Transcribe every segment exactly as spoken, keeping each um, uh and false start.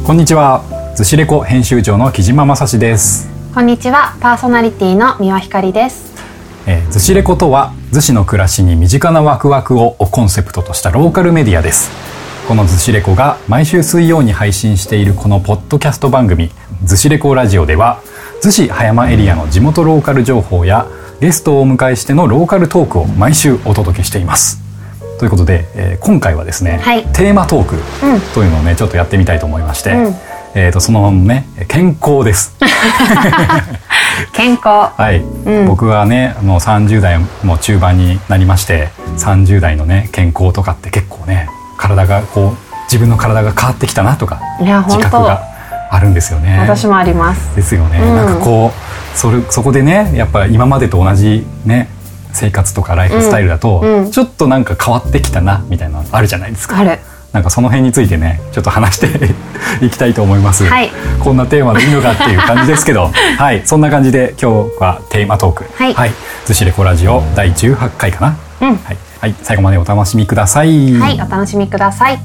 こんにちは。ずしレコ編集長の木島正史です。 こんにちは。パーソナリティの三輪ひかりです。 えー、ずしレコとは、逗子の暮らしに身近なワクワクをコンセプトとしたローカルメディアです。このずしレコが毎週水曜に配信しているこのポッドキャスト番組ずしレコラジオでは、逗子葉山エリアの地元ローカル情報やゲストをお迎えしてのローカルトークを毎週お届けしています。ということで、えー、今回はですね、はい、テーマトークというのをねちょっとやってみたいと思いまして、うん、えー、とそのね健康です健康、 はい、うん、僕はねもうさんじゅう代も中盤になりまして、さんじゅう代のね健康とかって結構ね体がこう自分の体が変わってきたなとか自覚があるんですよね。 私もありますですよね、うん、なんかこう そ, れそこでねやっぱ今までと同じね生活とかライフスタイルだと、うんうん、ちょっとなんか変わってきたなみたいなのあるじゃないですか。 ある。 なんかその辺についてねちょっと話していきたいと思います、 はい、 こんなテーマでいいのかっていう感じですけどはい、そんな感じで今日はテーマトーク、はい、はい、ずしレコラジオだいじゅうはちかいかな、うん、はいはい、最後までお楽しみください。 はい、お楽しみください。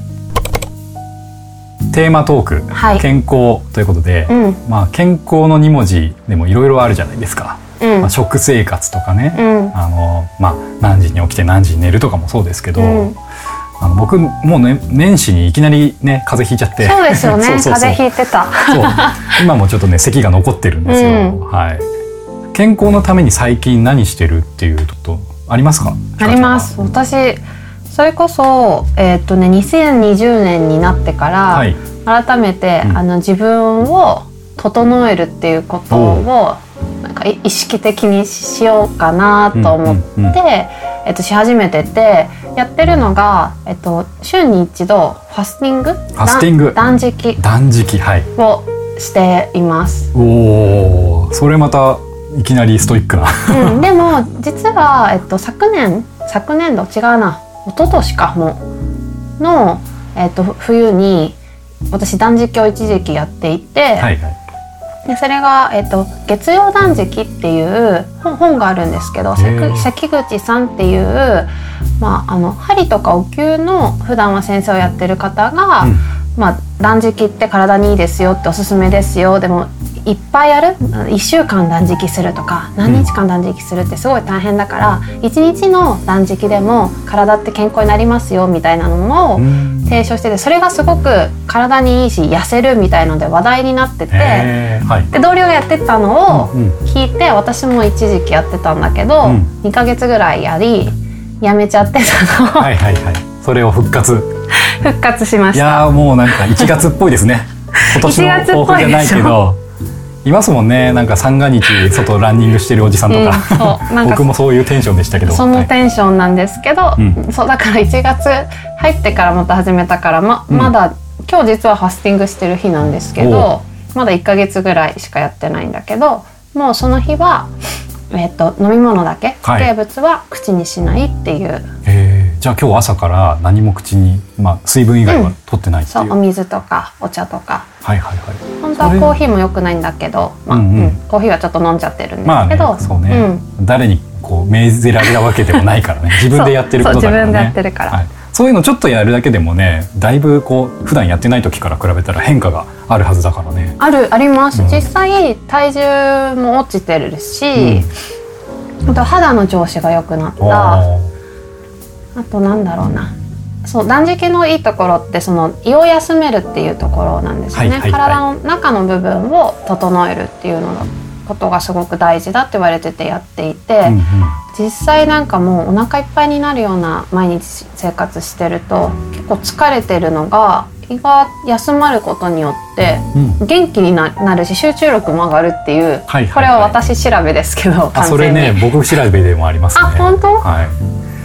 テーマトーク、はい、健康ということで、うん、まあ、健康のに文字でもいろいろあるじゃないですか、うん、まあ、食生活とかね、うん、あのまあ、何時に起きて何時に寝るとかもそうですけど、うん、あの僕もう、ね、年始にいきなりね風邪ひいちゃって。 そうですよねそうそうそう、風邪ひいてたそう今もちょっとね咳が残ってるんですよ、うん、はい、健康のために最近何してるっていうことありますか？ あります。私それこそ、えーっとね、にせんにじゅうねんになってから、はい、改めて、うん、あの自分を整えるっていうことをなんか意識的にしようかなと思って、うんうんうん、えっと、し始めてて、やってるのが、えっと、週に一度ファスティング、ファスティング断食断食、はい、 をしています。 おー、それまたいきなりストイックな、 うん、でも実は、えっと、昨年昨年度違うな一昨年かもの、えっと、冬に私断食を一時期やっていて、はいはい、でそれが、えっと、月曜断食っていう本、本があるんですけど、関口さんっていう、まあ、あの針とかお灸の普段は先生をやってる方が、うん、まあ、断食って体にいいですよっておすすめですよ、でもいっぱいやるいっしゅうかん断食するとか何日間断食するってすごい大変だから、うん、いちにちの断食でも体って健康になりますよみたいなのを提唱してて、それがすごく体にいいし痩せるみたいので話題になってて、はい、で同僚がやってたのを聞いて、うんうん、私も一時期やってたんだけど、うん、にかげつぐらいやりやめちゃってたのはいはい、はい、それを復活復活しました。 いやもうなんかいちがつっぽいですね今年の抱負じゃないけどいますもんね、なんか三が日外ランニングしてるおじさんとか、うん、そうなんか僕もそういうテンションでしたけど、 そのテンションなんですけど、はい、そうだからいちがつ入ってからまた始めたから、ま、まだ、うん、今日実はファスティングしてる日なんですけど、まだいっかげつぐらいしかやってないんだけど、もうその日は、えー、と飲み物だけ、固形物は口にしないっていう、はい、 へー、じゃあ今日朝から何も口に、まあ、水分以外は取ってないっていう、 うん、そうお水とかお茶とか、 はいはいはい、 本当はコーヒーも良くないんだけど、まあうんうんうん、コーヒーはちょっと飲んじゃってるんですけど、まあね、そうね、うん、 誰にこう命ぜられたわけでもないからね自分でやってることだからね、 そうそう自分でやってるから、はい、 そういうのちょっとやるだけでもねだいぶこう普段やってない時から比べたら変化があるはずだからね。 あるあります、うん、実際体重も落ちてるし、うん、あと肌の調子が良くなった。あとなんだろうな、そう断食のいいところってその胃を休めるっていうところなんですよね、はいはいはい、体の中の部分を整えるっていうののことがすごく大事だって言われててやっていて、うんうん、実際なんかもうお腹いっぱいになるような毎日生活してると結構疲れてるのが胃が休まることによって元気に な, なるし集中力も上がるっていう、はいはいはい、これは私調べですけど、 あそれね僕調べでもありますね。 あ本当、 はい、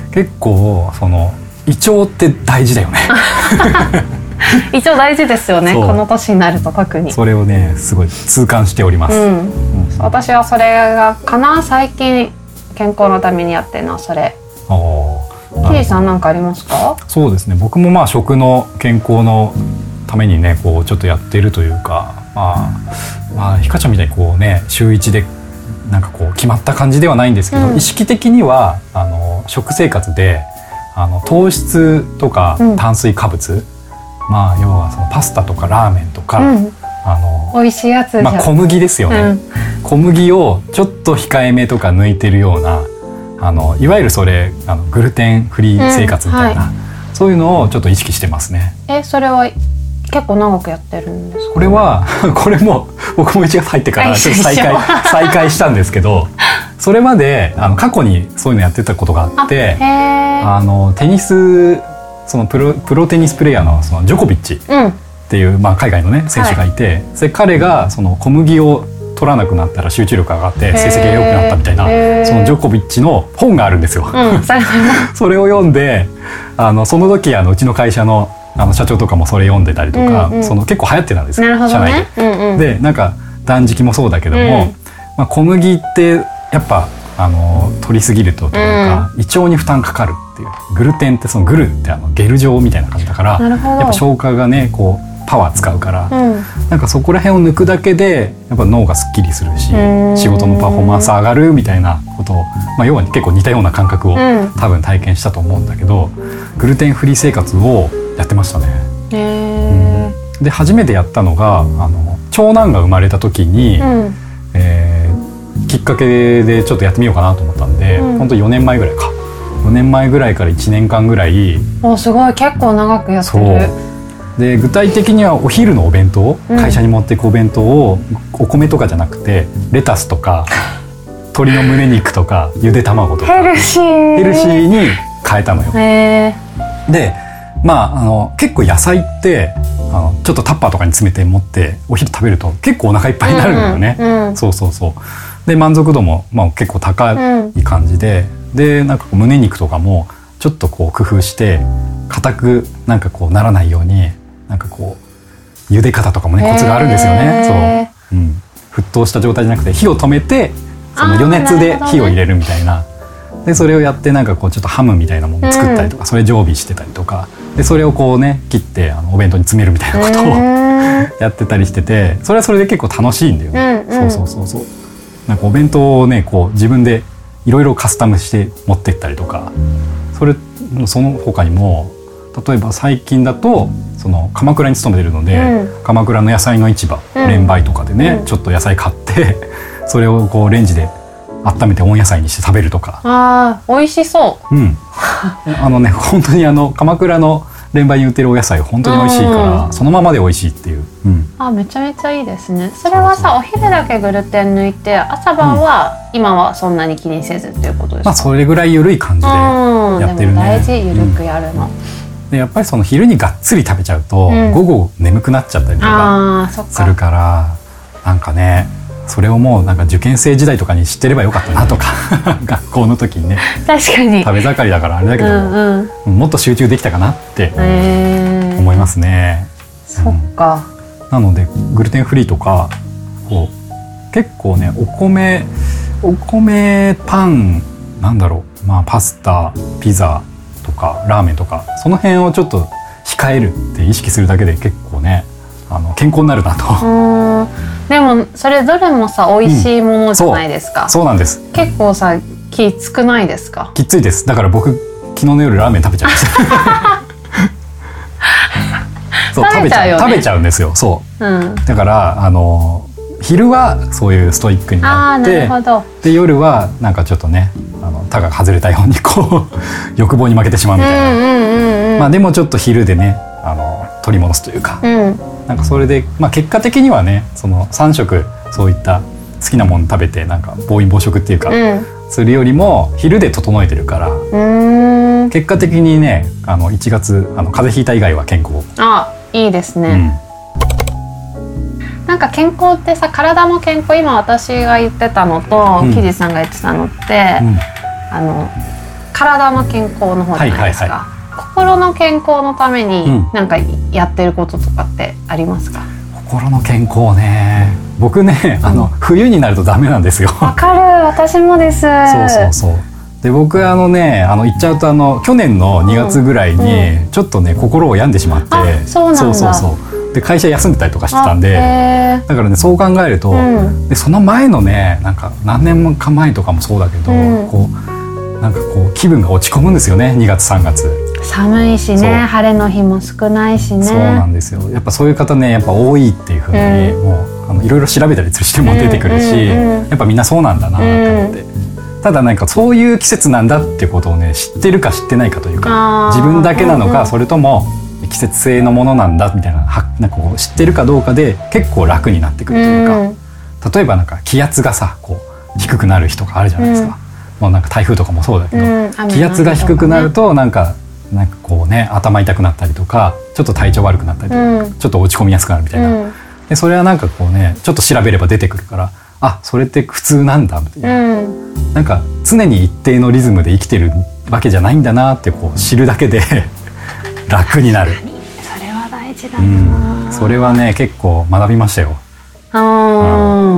結構その胃腸って大事だよね胃腸大事ですよね、この年になると特にそれをねすごい痛感しております、うんうん、 私はそれがかな最近健康のためにやってるのはそれ。キリさんなんかありますか？ そうですね、僕もまあ食の健康のためにねこうちょっとやっているというか、まあ、まあひかちゃんみたいにこうね週一でなんかこう決まった感じではないんですけど、うん、意識的にはあの食生活であの糖質とか炭水化物まあ要はそのパスタとかラーメンとか、うん、あの美味しいやつじゃん、 まあ、小麦ですよね、うん、小麦をちょっと控えめとか抜いてるようなあのいわゆるそれあのグルテンフリー生活みたいな、うんはい、そういうのをちょっと意識してますね。 えそれは結構長くやってるんですか？ これはこれも僕もいちがつ入ってからちょっと再開再開したんですけど、それまであの過去にそういうのやってたことがあって、あのテニスそのプロ、プロテニスプレーヤー の, そのジョコビッチっていう、うんまあ、海外の、ね、選手がいて、はい、それ彼がその小麦を取らなくなったら集中力が上がって成績が良くなったみたいなそのジョコビッチの本があるんですよ、うん、それを読んであのその時あのうちの会社のあの社長とかもそれ読んでたりとか、うんうん、その結構流行ってたんですよ、ね、社内で、うんうん、でなんか断食もそうだけども、うんまあ、小麦ってやっぱあの取りすぎるとというか、うん、胃腸に負担かかるっていうグルテンってそのグルってあのゲル状みたいな感じだからやっぱ消化がねこうパワー使うから、うん、なんかそこら辺を抜くだけでやっぱ脳がすっきりするし仕事のパフォーマンス上がるみたいなことを、まあ、要は結構似たような感覚を、うん、多分体験したと思うんだけどグルテンフリー生活をやってましたね。へー、うん、で初めてやったのがあの長男が生まれた時に、うんえー、きっかけでちょっとやってみようかなと思ったんで、うん、ほんとよねんまえぐらいかよねんまえぐらいからいちねんかんぐらいおすごい結構長くやってる。 で具体的にはお昼のお弁当、うん、会社に持っていくお弁当をお米とかじゃなくてレタスとか鶏の胸肉とかゆで卵とかヘルシーヘルシーに変えたのよ。へー。でまあ、あの結構野菜ってあのちょっとタッパーとかに詰めて持ってお昼食べると結構お腹いっぱいになるんだよね、うんうん、そうそうそうで満足度も、まあ、結構高い感じで、うん、でなんかこう胸肉とかもちょっとこう工夫して硬くなんかこうならないようになんかこう茹で方とかもねコツがあるんですよね。そう、うん、沸騰した状態じゃなくて火を止めてその余熱で火を入れるみたいなでそれをやってなんかこうちょっとハムみたいなものを作ったりとか、うん、それ常備してたりとかでそれをこうね切ってあのお弁当に詰めるみたいなことをやってたりしててそれはそれで結構楽しいんだよね、うんうん、そうそうそうそうなんかお弁当をねこう自分でいろいろカスタムして持ってったりとかそれその他にも例えば最近だとその鎌倉に勤めてるので、うん、鎌倉の野菜の市場、うん、連売とかでね、うん、ちょっと野菜買ってそれをこうレンジで温めて温野菜にして食べるとかあー美味しそう、うん、 あのね本当にあの鎌倉の連売に売ってるお野菜本当に美味しいから、うん、そのままで美味しいっていう、うん、 あめちゃめちゃいいですね。それはさお昼だけグルテン抜いて朝晩は、うん、今はそんなに気にせずっていうことですか？ まあそれぐらい緩い感じでやってるね、うん、でも大事緩くやるの、 うん、でやっぱりその昼にがっつり食べちゃうと、うん、午後眠くなっちゃったりとかするからなんかねそれをもうなんか受験生時代とかに知ってればよかったなとか学校の時にね確かに食べ盛りだからあれだけど、うんうん、もっと集中できたかなって思いますね。 そっか、 うん、なのでグルテンフリーとかこう結構ねお米お米パンなんだろう、まあ、パスタピザとかラーメンとかその辺をちょっと控えるって意識するだけで結構ねあの健康になるなと。 うんでもそれどれもさ美味しいものじゃないですか、 うん、そう、そうなんです。 結構さきつくないですか？ きついです。だから僕昨日の夜ラーメン食べちゃいましたそう食べちゃうよね。食べちゃうんですよ。そう、うん、だからあの昼はそういうストイックになってあなるほどで夜はなんかちょっとねあのタガが外れたようにこう欲望に負けてしまうみたいな、うんうんうんうん、まあでもちょっと昼でねあの取り戻すというか、うんなんかそれで、まあ、結果的にはねそのさん食そういった好きなもの食べてなんか暴飲暴食っていうか、うん、するよりも昼で整えてるからうーん結果的にねあのいちがつあの風邪ひいた以外は健康。 あいいですね、うん、なんか健康ってさ体も健康今私が言ってたのと、うん、キジさんが言ってたのって、うん、あの体の健康の方じゃないですか、はいはいはい心の健康のために何かやってることとかってありますか？ うん、心の健康ね僕ねあの、うん、冬になるとダメなんですよ。 わかる私もです。 そうそうそうで僕あのねあの言っちゃうとあの去年のにがつぐらいにちょっとね心を病んでしまって、 うん、そうなんだ。 そうそうそうで会社休んでたりとかしてたんでだからねそう考えると、うん、でその前のねなんか何年か前とかもそうだけど、うん、こうなんかこう気分が落ち込むんですよねにがつさんがつ。 寒いしね、晴れの日も少ないしね。 そうなんですよ。やっぱそういう方ねやっぱ多いっていうふうに、うん、もうあのいろいろ調べたりしても出てくるし、うんうんうん、やっぱみんなそうなんだなって思って、うん、ただなんかそういう季節なんだってことをね知ってるか知ってないかというか、自分だけなのか、うんうん、それとも季節性のものなんだみたいな、なんかこう知ってるかどうかで結構楽になってくるというか、うん、例えばなんか気圧がさこう低くなる日とかあるじゃないですか、うん、もうなんか台風とかもそうだけど、うん、気圧が低くなるとなんかなんかこうね頭痛くなったりとかちょっと体調悪くなったりとか、うん、ちょっと落ち込みやすくなるみたいな、うん、でそれはなんかこうねちょっと調べれば出てくるから、あそれって普通なんだみたいな、うん、なんか常に一定のリズムで生きてるわけじゃないんだなってこう知るだけで楽になる。 それは大事だな、 うん、それはね結構学びましたよ。 あ、うん、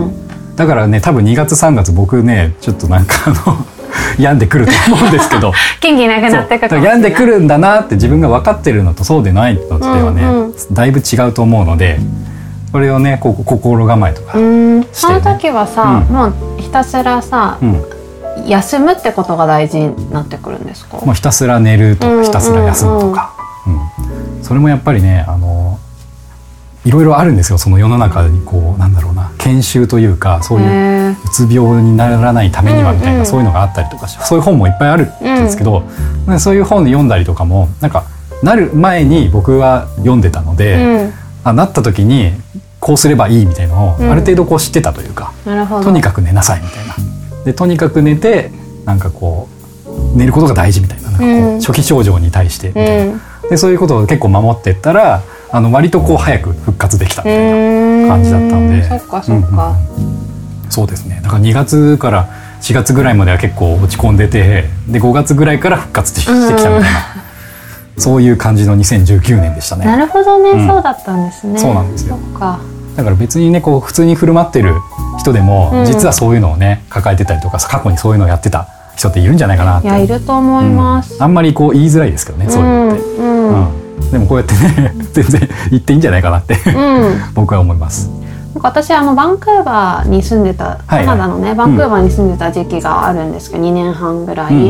だからね多分にがつさんがつ僕ねちょっとなんかあの病んでくると思うんですけど元気なくなってくるかもしれない。 病んでくるんだなって自分が分かってるのとそうでないのではね、うんうん、だいぶ違うと思うので、それをねこう心構えとかして、ね、うんその時はさ、うん、もうひたすらさ、うん、休むってことが大事になってくるんですか？ もうひたすら寝るとかひたすら休むとか、うんうん、それもやっぱりねあのいろいろあるんですよ。その世の中にこうなんだろうな研修というかそういううつ病にならないためにはみたいな、うんうん、そういうのがあったりとかそういう本もいっぱいあるんですけど、うん、そういう本読んだりとかもなんかなる前に僕は読んでたので、うん、あなった時にこうすればいいみたいなのをある程度こう知ってたというか、 うん、なるほど。 とにかく寝なさいみたいなでとにかく寝てなんかこう寝ることが大事みたいな、なんかこう、うん、初期症状に対してみたいな、うん、でそういうことを結構守っていったらあの割とこう早く復活できたみたいな感じだったので、 そっかそっか、 うんうん、そうですね。だからにがつからしがつぐらいまでは結構落ち込んでてでごがつぐらいから復活してきたみたいな、うん、そういう感じのにせんじゅうきゅうねんでしたね。 なるほどね、うん、そうだったんですね。 そうなんですよ。 そっか。 だから別にねこう普通に振る舞ってる人でも、うん、実はそういうのをね抱えてたりとか過去にそういうのをやってた人っているんじゃないかなって。 いやいると思います、 うん、あんまりこう言いづらいですけどね、そういうのって、うんうんうん、でもこうやってね全然言っていいんじゃないかなって、うん、僕は思います。 なんか私あのバンクーバーに住んでた、カナダのね、はいはい、バンクーバーに住んでた時期があるんですけど、うん、にねんはんぐらい、うんうん、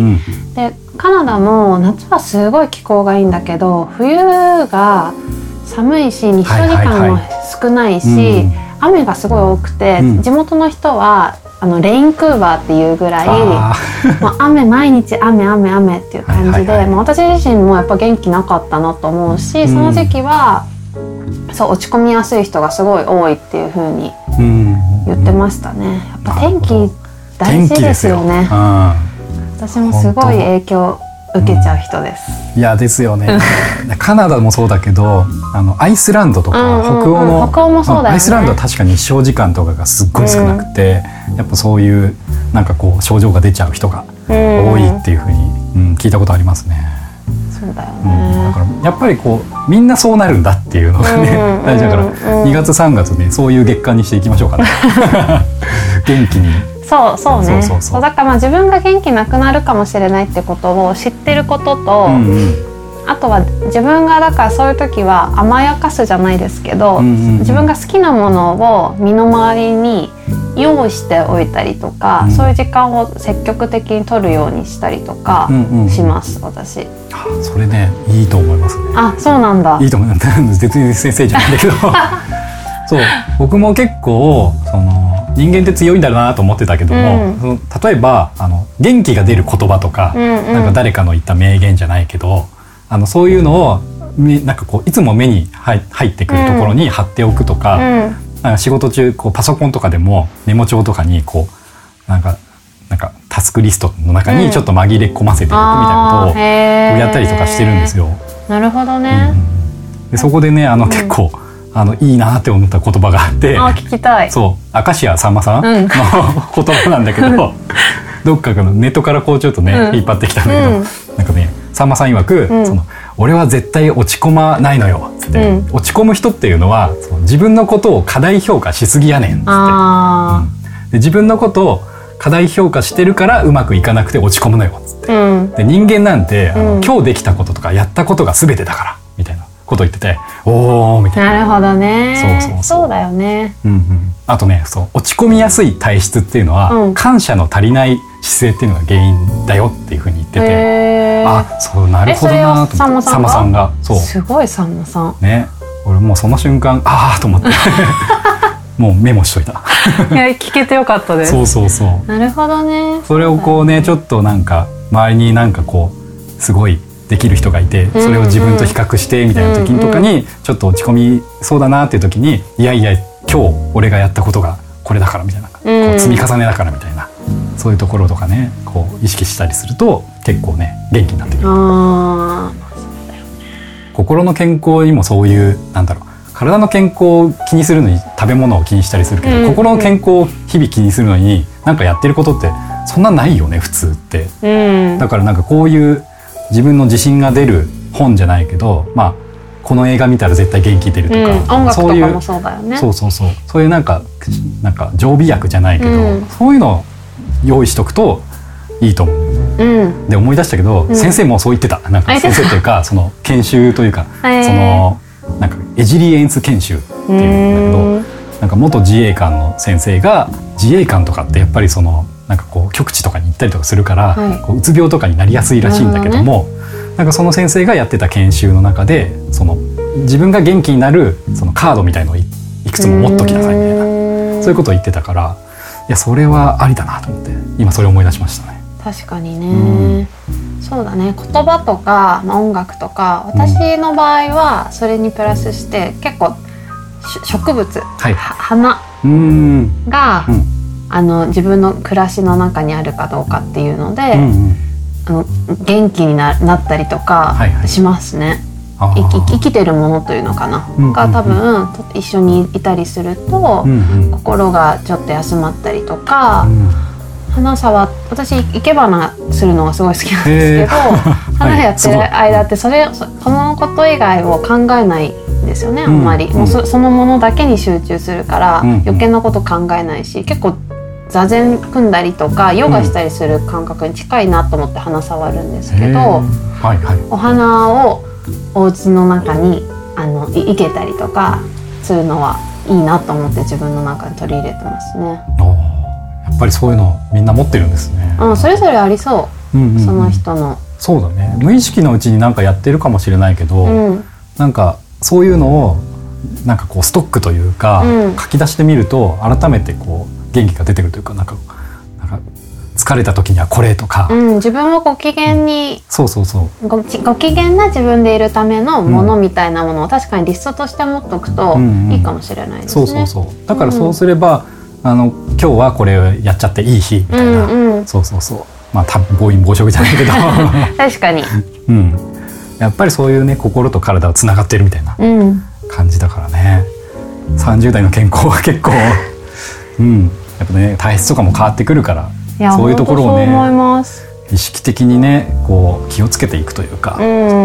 でカナダも夏はすごい気候がいいんだけど冬が寒いし日照時間も少ないし、はいはいはい、雨がすごい多くて、うん、地元の人はあのレインクーバーっていうぐらいもう雨毎日雨雨雨っていう感じで、はいはいはい、もう私自身もやっぱ元気なかったなと思うし、うん、その時期はそう落ち込みやすい人がすごい多いっていう風に言ってましたね。やっぱ天気大事ですよね。私もすごい影響受けちゃう人です。 うん、いやですよね。カナダもそうだけどあのアイスランドとか、うんうんうん、北欧の北欧もそうだよね。 アイスランドは確かに日照時間とかがすっごい少なくて、うん、やっぱそういうなんかこう症状が出ちゃう人が多いっていう風に、うん、聞いたことありますね。 そうだよね、 うん、だからやっぱりこうみんなそうなるんだっていうのがね、うんうん、大事だからにがつさんがつねそういう月間にしていきましょうかね。元気に。 そうそうね。そうそうそう。だからまあ自分が元気なくなるかもしれないってことを知ってることと、うんうん、あとは自分がだからそういう時は甘やかすじゃないですけど、うんうんうん、自分が好きなものを身の回りに用意しておいたりとか、うん、そういう時間を積極的に取るようにしたりとかします、うんうん、私。 あ、それねいいと思いますね。 あ、そうなんだ。 いいと思います。別に先生じゃないんだけどそう僕も結構その人間って強いんだなと思ってたけども、うん、その例えばあの元気が出る言葉とか、うんうん、なんか誰かの言った名言じゃないけどあのそういうのをなんかこういつも目に入ってくるところに貼っておくとか、うん、なんか仕事中こうパソコンとかでもメモ帳とかにこうなんかなんかタスクリストの中にちょっと紛れ込ませておくみたいなことをやったりとかしてるんですよ。 なるほどね、 うん、でそこでねあの、うん、結構あのいいなって思った言葉があって、 あ、聞きたい。 そう明石家さんまさんの、うん、言葉なんだけどどっかのネットからこうちょっとね、うん、引っ張ってきたんだけど、うん、なんかねさんまさん曰く、うん、その俺は絶対落ち込まないのよつって、うん、落ち込む人っていうのはその自分のことを過大評価しすぎやねんつって、あ、うん、で自分のことを過大評価してるからうまくいかなくて落ち込むのよつって、うん、で人間なんてあの、うん、今日できたこととかやったことが全てだからみたいなこと言ってて、おーみたいな。 なるほどね。 そうそうそう。 そうだよね。 うんうん。あとね、そう落ち込みやすい体質っていうのは、うん、感謝の足りない姿勢っていうのが原因だよっていうふうに言ってて、あ、そうなるほどなと思って。さんまさんが。さんまさんが。そう。すごいさんまさん。 ね。俺もうその瞬間、ああと思って。もうメモしといた。 いや聞けてよかったです。 そうそうそう。 なるほどね。 それをこうね、ちょっとなんか周りになんかこうすごいできる人がいて、それを自分と比較してみたいな時とかにちょっと落ち込みそうだなっていう時に、いやいや今日俺がやったことがこれだからみたいな、こう積み重ねだからみたいな、そういうところとかね、こう意識したりすると結構ね元気になってくる。あ、そうだよね。心の健康にもそういうなんだろう。体の健康を気にするのに食べ物を気にしたりするけど、うん、心の健康を日々気にするのになんかやってることってそんなないよね普通って、うん、だからなんかこういう自分の自信が出る本じゃないけど、まあこの映画見たら絶対元気出るとか、うん、 音楽とかもそうだよね。 そうそうそうそういうなんかなんか常備薬じゃないけど、うん、そういうのを用意しとくといいと思う、うん、で思い出したけど、うん、先生もそう言ってた。なんか先生っていうかその研修というかそのなんかエジリエンス研修っていうんだけど、なんか元自衛官の先生が、自衛官とかってやっぱりそのなんかこう極地とかに行ったりとかするから、はい、こううつ病とかになりやすいらしいんだけども、ね、なんかその先生がやってた研修の中でその自分が元気になるそのカードみたいのを い, いくつも持っときなさいみたいな、そういうことを言ってたから、いやそれはありだなと思って今それを思い出しましたね。 確かにね、うん、そうだね。言葉とか、まあ、音楽とか私の場合はそれにプラスして結構植物、はい、花が、うん、あの自分の暮らしの中にあるかどうかっていうので、うんうん、あの元気に な, なったりとかしますね、はいはい、生, き生きてるものというのかな、うんうんうん、が多分一緒にいたりすると、うんうん、心がちょっと休まったりとか、うん花触私生け花するのがすごい好きなんですけど、花やってる間ってそれこのこと以外を考えないんですよね、あんまり、うん、もう そ, そのものだけに集中するから、うん、余計なこと考えないし、結構座禅組んだりとかヨガしたりする感覚に近いなと思って花触るんですけど、はいはい、お花をお家の中にあの生けたりとかするのはいいなと思って自分の中に取り入れてますね。 やっぱりそういうのみんな持ってるんですね。 うん、それぞれありそう、うんうんうん、その人の。 そうだね。無意識のうちになんかやってるかもしれないけど、うん、なんかそういうのをなんかこうストックというか、うん、書き出してみると改めてこう元気が出てくるというか、なんか、なんか疲れた時にはこれとか、うん、 自分をご機嫌に、 うん、そうそうそうご、ご機嫌な自分でいるためのものみたいなものを確かにリストとして持っておくといいかもしれないですね。 うんうん、そうそうそう。だからそうすれば、うん、あの今日はこれをやっちゃっていい日みたいな、うんうん、そうそうそう。まあ多分暴飲暴食じゃないけど確かに、 うん、やっぱりそういうね心と体はつながってるみたいな感じだからね、うん、さんじゅう代の健康は結構、うん、やっぱね体質とかも変わってくるから、いやそういうところをね意識的にねこう気をつけていくというか、うん、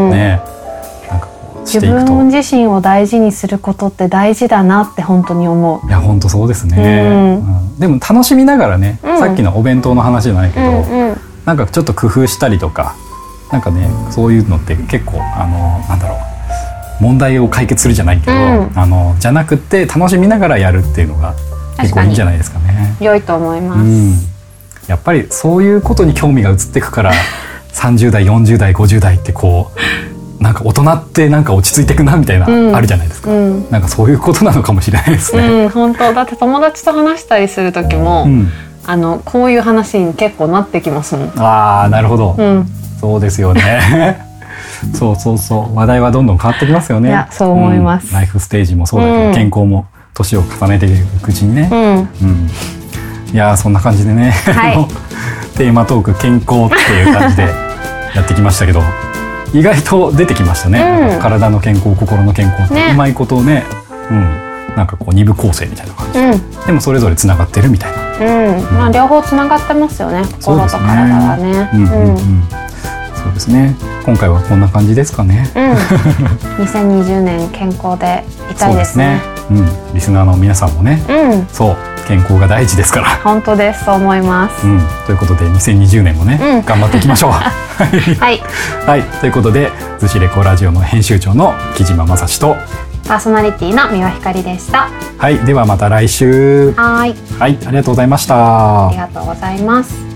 ねなんかこうしていくと自分自身を大事にすることって大事だなって本当に思う。 いや本当そうですね、うんうん、でも楽しみながらね、うん、さっきのお弁当の話じゃないけど、うんうん、なんかちょっと工夫したりとかなんかねそういうのって結構あのなんだろう問題を解決するじゃないけど、うん、あのじゃなくて楽しみながらやるっていうのが結構いいんじゃないですかね。 良いと思います、うん、 やっぱりそういうことに興味が移っていくからさんじゅう代よんじゅう代ごじゅう代ってこうなんか大人ってなんか落ち着いていくなみたいな、うん、あるじゃないですか、うん、なんかそういうことなのかもしれないですね、 うん、本当だって友達と話したりする時も、うん、あのこういう話に結構なってきますもん。 ああなるほど、うん、そうですよねそうそうそう話題はどんどん変わってきますよね。いやそう思います、 うん、ライフステージもそうだけど、うん、健康も年を重ねていくうちにね、うんうん、いやそんな感じでね、はい、テーマトーク健康っていう感じでやってきましたけど意外と出てきましたね、うん、なんか体の健康心の健康って、ね、うまいことをね、うん、なんかこう二部構成みたいな感じ、うん、でもそれぞれつながってるみたいな、うんうんまあ、両方つながってますよね心と体はね。 そうですね。今回はこんな感じですかね。 うん、にせんにじゅうねん健康でいたいですね。 そうですね。 うん、リスナーの皆さんもね、うん、そう健康が大事ですから。 本当です、そう思います、 うん、ということでにせんにじゅうねんもね、うん、頑張っていきましょうはい、はい、ということでズシレコラジオの編集長の木島正史とパーソナリティの三輪ひかりでした。 はい、ではまた来週。 はい、 はい、ありがとうございました。 ありがとうございます。